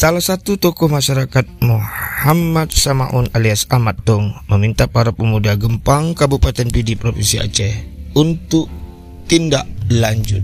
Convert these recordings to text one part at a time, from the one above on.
Salah satu tokoh masyarakat Muhammad Samaun alias Ahmad Tong meminta para pemuda Gempang Kabupaten Pidi Provinsi Aceh untuk tindak lanjut.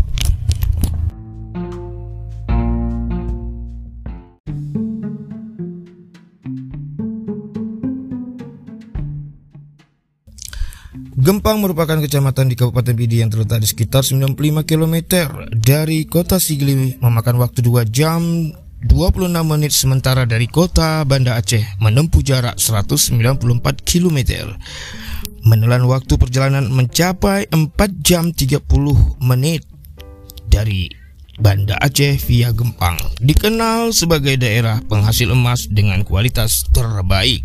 Gempang merupakan kecamatan di Kabupaten Pidi yang terletak di sekitar 95 km dari kota Sigli, memakan waktu 2 jam 26 menit, sementara dari kota Banda Aceh menempuh jarak 194 km. Menelan waktu perjalanan mencapai 4 jam 30 menit dari Banda Aceh via Gempang, dikenal sebagai daerah penghasil emas dengan kualitas terbaik.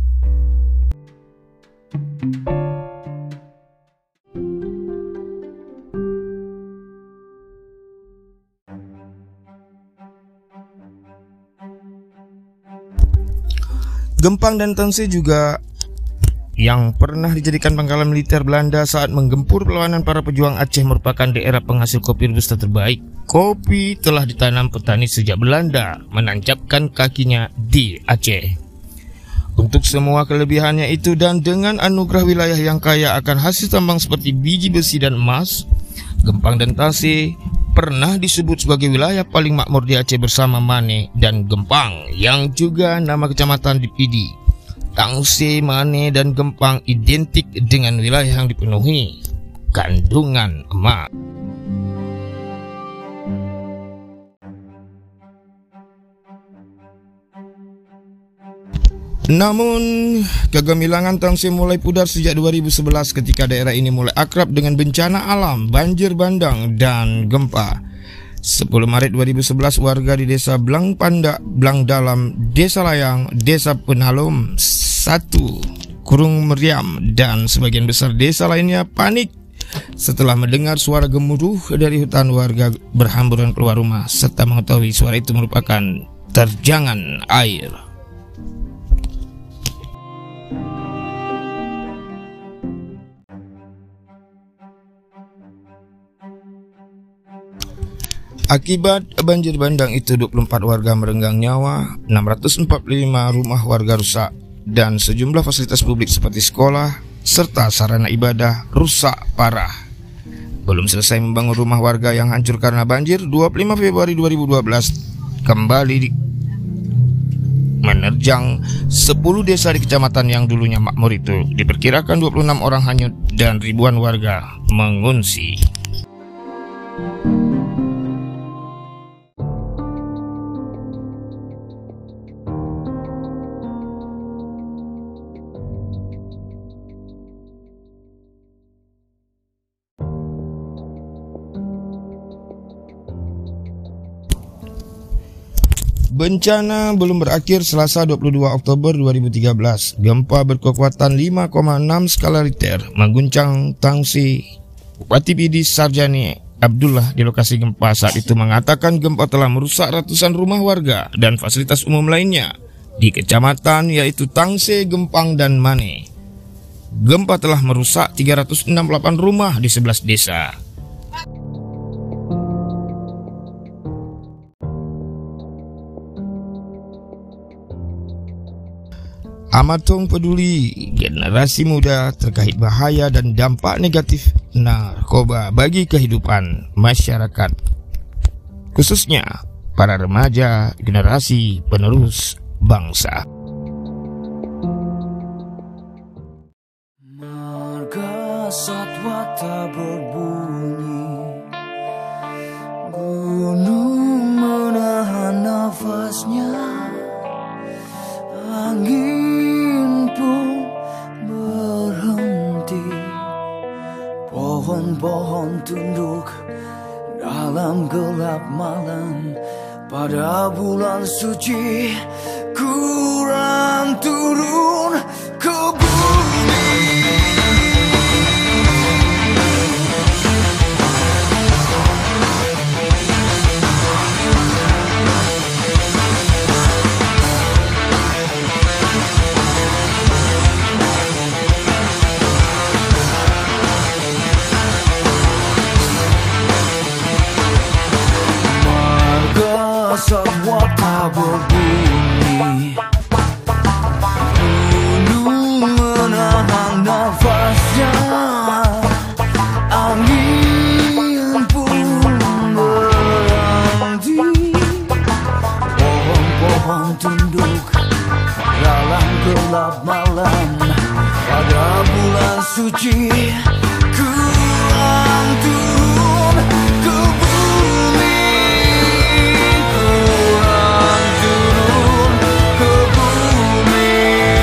Gempang dan Tangsel juga yang pernah dijadikan pangkalan militer Belanda saat menggempur perlawanan para pejuang Aceh merupakan daerah penghasil kopi robusta terbaik. Kopi telah ditanam petani sejak Belanda menancapkan kakinya di Aceh. Untuk semua kelebihannya itu dan dengan anugerah wilayah yang kaya akan hasil tambang seperti biji besi dan emas, Gempang dan Tangsel pernah disebut sebagai wilayah paling makmur di Aceh bersama Mane dan Gempang yang juga nama kecamatan di Pidi. Tangsel, Mane, dan Gempang identik dengan wilayah yang dipenuhi kandungan emas. Namun, kegemilangan Tangsel mulai pudar sejak 2011 ketika daerah ini mulai akrab dengan bencana alam, banjir bandang, dan gempa. 10 Maret 2011, warga di desa Blang Pandak, Blang Dalam, Desa Layang, Desa Penhalom 1, Kurung Meriam, dan sebagian besar desa lainnya panik setelah mendengar suara gemuruh dari hutan. Warga berhamburan keluar rumah serta mengetahui suara itu merupakan terjangan air. Akibat banjir bandang itu 24 warga merenggang nyawa, 645 rumah warga rusak, dan sejumlah fasilitas publik seperti sekolah serta sarana ibadah rusak parah. Belum selesai membangun rumah warga yang hancur karena banjir, 25 Februari 2012 kembali menerjang 10 desa di kecamatan yang dulunya makmur itu. Diperkirakan 26 orang hanyut dan ribuan warga mengungsi. Bencana belum berakhir. Selasa 22 Oktober 2013, gempa berkekuatan 5,6 skala Richter mengguncang Tangsel. Bupati Pidi Sarjani Abdullah di lokasi gempa saat itu mengatakan gempa telah merusak ratusan rumah warga dan fasilitas umum lainnya di kecamatan yaitu Tangsel, Gempang, dan Mane. Gempa telah merusak 368 rumah di 11 desa. Ahmad Tong peduli generasi muda terkait bahaya dan dampak negatif narkoba bagi kehidupan masyarakat, khususnya para remaja generasi penerus bangsa. Marga satwa tak berbunyi, gunung menahan nafasnya, angin pohon-pohon tunduk dalam gelap malam. Pada bulan suci Quran turun ke bumi. Satwa berbunyi, gunung menahan nafasnya, angin pun berhenti, pohon-pohon tunduk dalam gelap malam. Pada bulan suci ku turun ke bumi, turun ke bumi.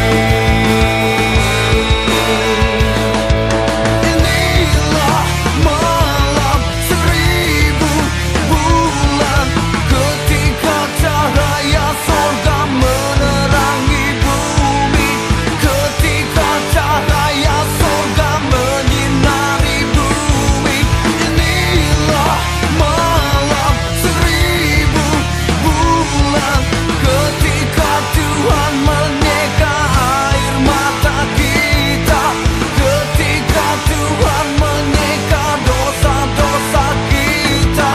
Inilah malam 1000 bulan, ketika cahaya surga menerangi bumi, ketika cahaya surga menyinari bumi. Inilah malam 1000 bulan, ketika Tuhan menyeka air mata kita, ketika Tuhan menyeka dosa-dosa kita.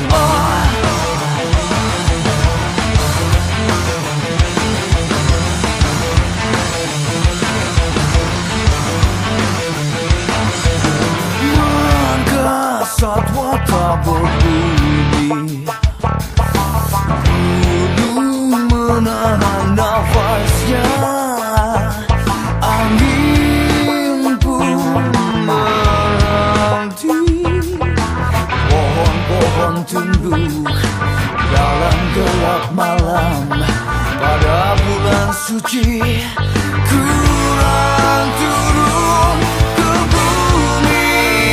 Maka satwa tak berbunyi, gunung menahan nafasnya, angin pun berhenti, pohon-pohon tunduk dalam gelap malam. Pada bulan suci ku turun ke bumi,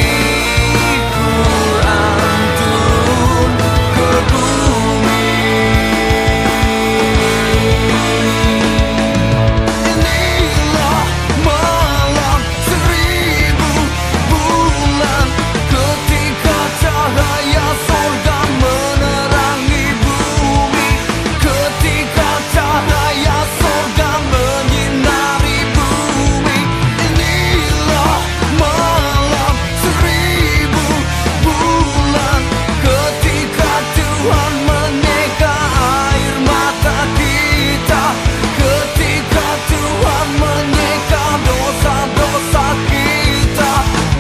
turun ke bumi. Inilah malam 1000 bulan, ketika cahaya surga menerangi bumi, ketika cahaya surga menyinari bumi. Inilah malam 1000 bulan, ketika Tuhan menyeka air mata kita, ketika Tuhan menyeka dosa-dosa kita.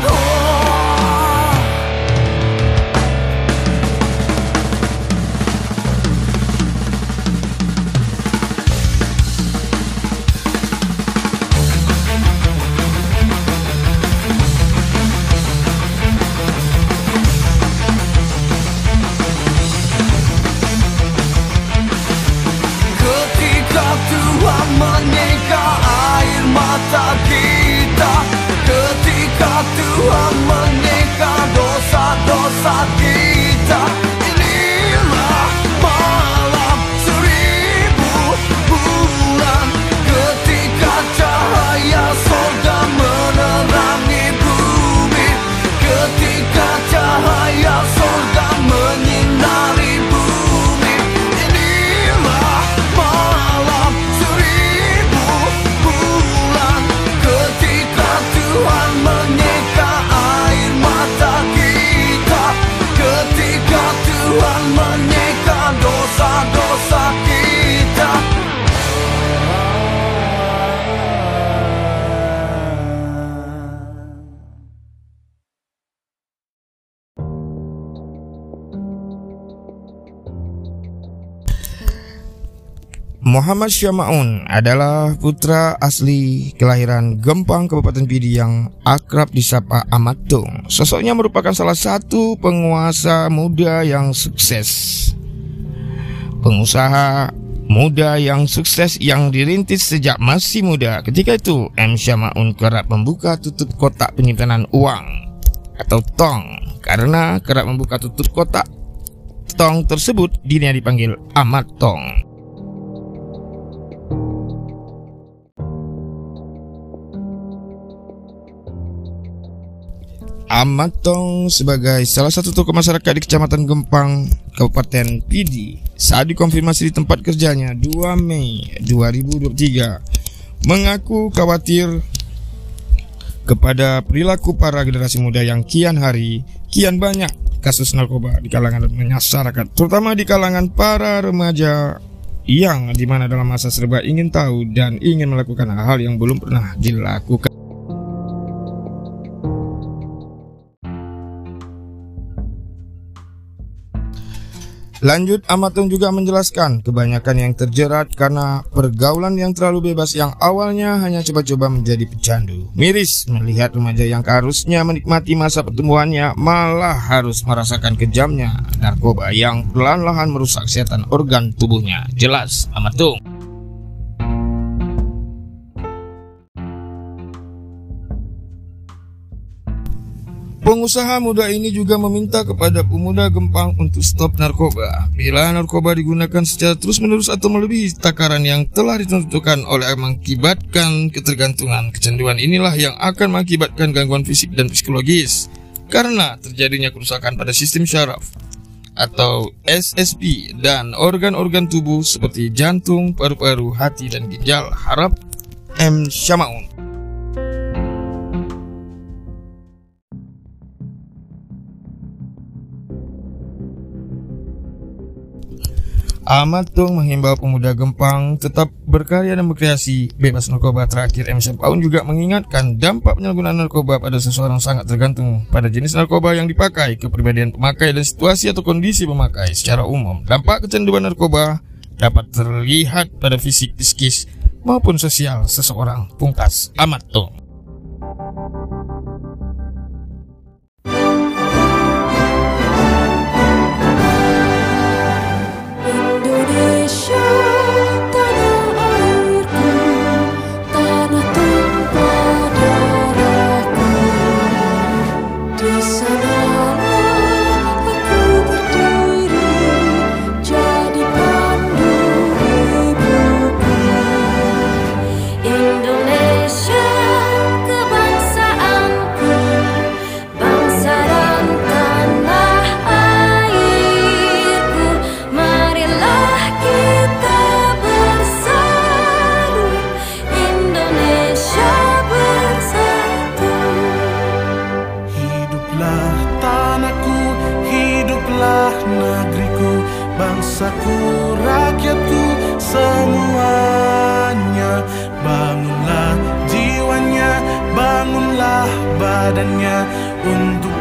Ketika Tuhan menyeka air mata kita, ketika Tuhan menyeka dosa-dosa kita. Inilah malam 1000 bulan, ketika cahaya surga menerangi bumi, ketika cahaya surga menyinari bumi. Inilah malam 1000 bulan, ketika Tuhan menyeka air mata kita, ketika Tuhan menyeka dosa-dosa kita. Muhammad Syama'un adalah putra asli kelahiran Gempang, Kabupaten Pidi yang akrab disapa Ahmad Tong. Sosoknya merupakan salah satu penguasa muda yang sukses, pengusaha muda yang sukses yang dirintis sejak masih muda. Ketika itu M. Syama'un kerap membuka tutup kotak penyimpanan uang atau tong. Karena kerap membuka tutup kotak tong tersebut, dirinya dipanggil Ahmad Tong. Ahmad Tong sebagai salah satu tokoh masyarakat di Kecamatan Gempang, Kabupaten Pidi, saat dikonfirmasi di tempat kerjanya 2 Mei 2023, mengaku khawatir kepada perilaku para generasi muda yang kian hari kian banyak kasus narkoba di kalangan masyarakat, terutama di kalangan para remaja yang dimana dalam masa serba ingin tahu dan ingin melakukan hal-hal yang belum pernah dilakukan. Lanjut, Amatong juga menjelaskan kebanyakan yang terjerat karena pergaulan yang terlalu bebas yang awalnya hanya coba-coba menjadi pecandu. Miris melihat remaja yang harusnya menikmati masa pertumbuhannya malah harus merasakan kejamnya narkoba yang perlahan-lahan merusak kesehatan organ tubuhnya. Jelas Amatong. Pengusaha muda ini juga meminta kepada pemuda Gempang untuk stop narkoba. Bila narkoba digunakan secara terus-menerus atau melebihi takaran yang telah ditentukan oleh mengakibatkan ketergantungan, kecanduan inilah yang akan mengakibatkan gangguan fisik dan psikologis karena terjadinya kerusakan pada sistem syaraf atau SSP dan organ-organ tubuh seperti jantung, paru-paru, hati, dan ginjal. Harap M. Syamaun. Amatong menghimbau pemuda Gempang tetap berkarya dan berkreasi bebas narkoba. Terakhir, M. Syamaun juga mengingatkan dampak penyalahgunaan narkoba pada seseorang sangat tergantung pada jenis narkoba yang dipakai, kepribadian pemakai, dan situasi atau kondisi pemakai. Secara umum, dampak kecanduan narkoba dapat terlihat pada fisik, psikis, maupun sosial seseorang. Pungkas Amatong. Negeriku, bangsaku, rakyatku, semuanya. Bangunlah jiwanya, bangunlah badannya untuk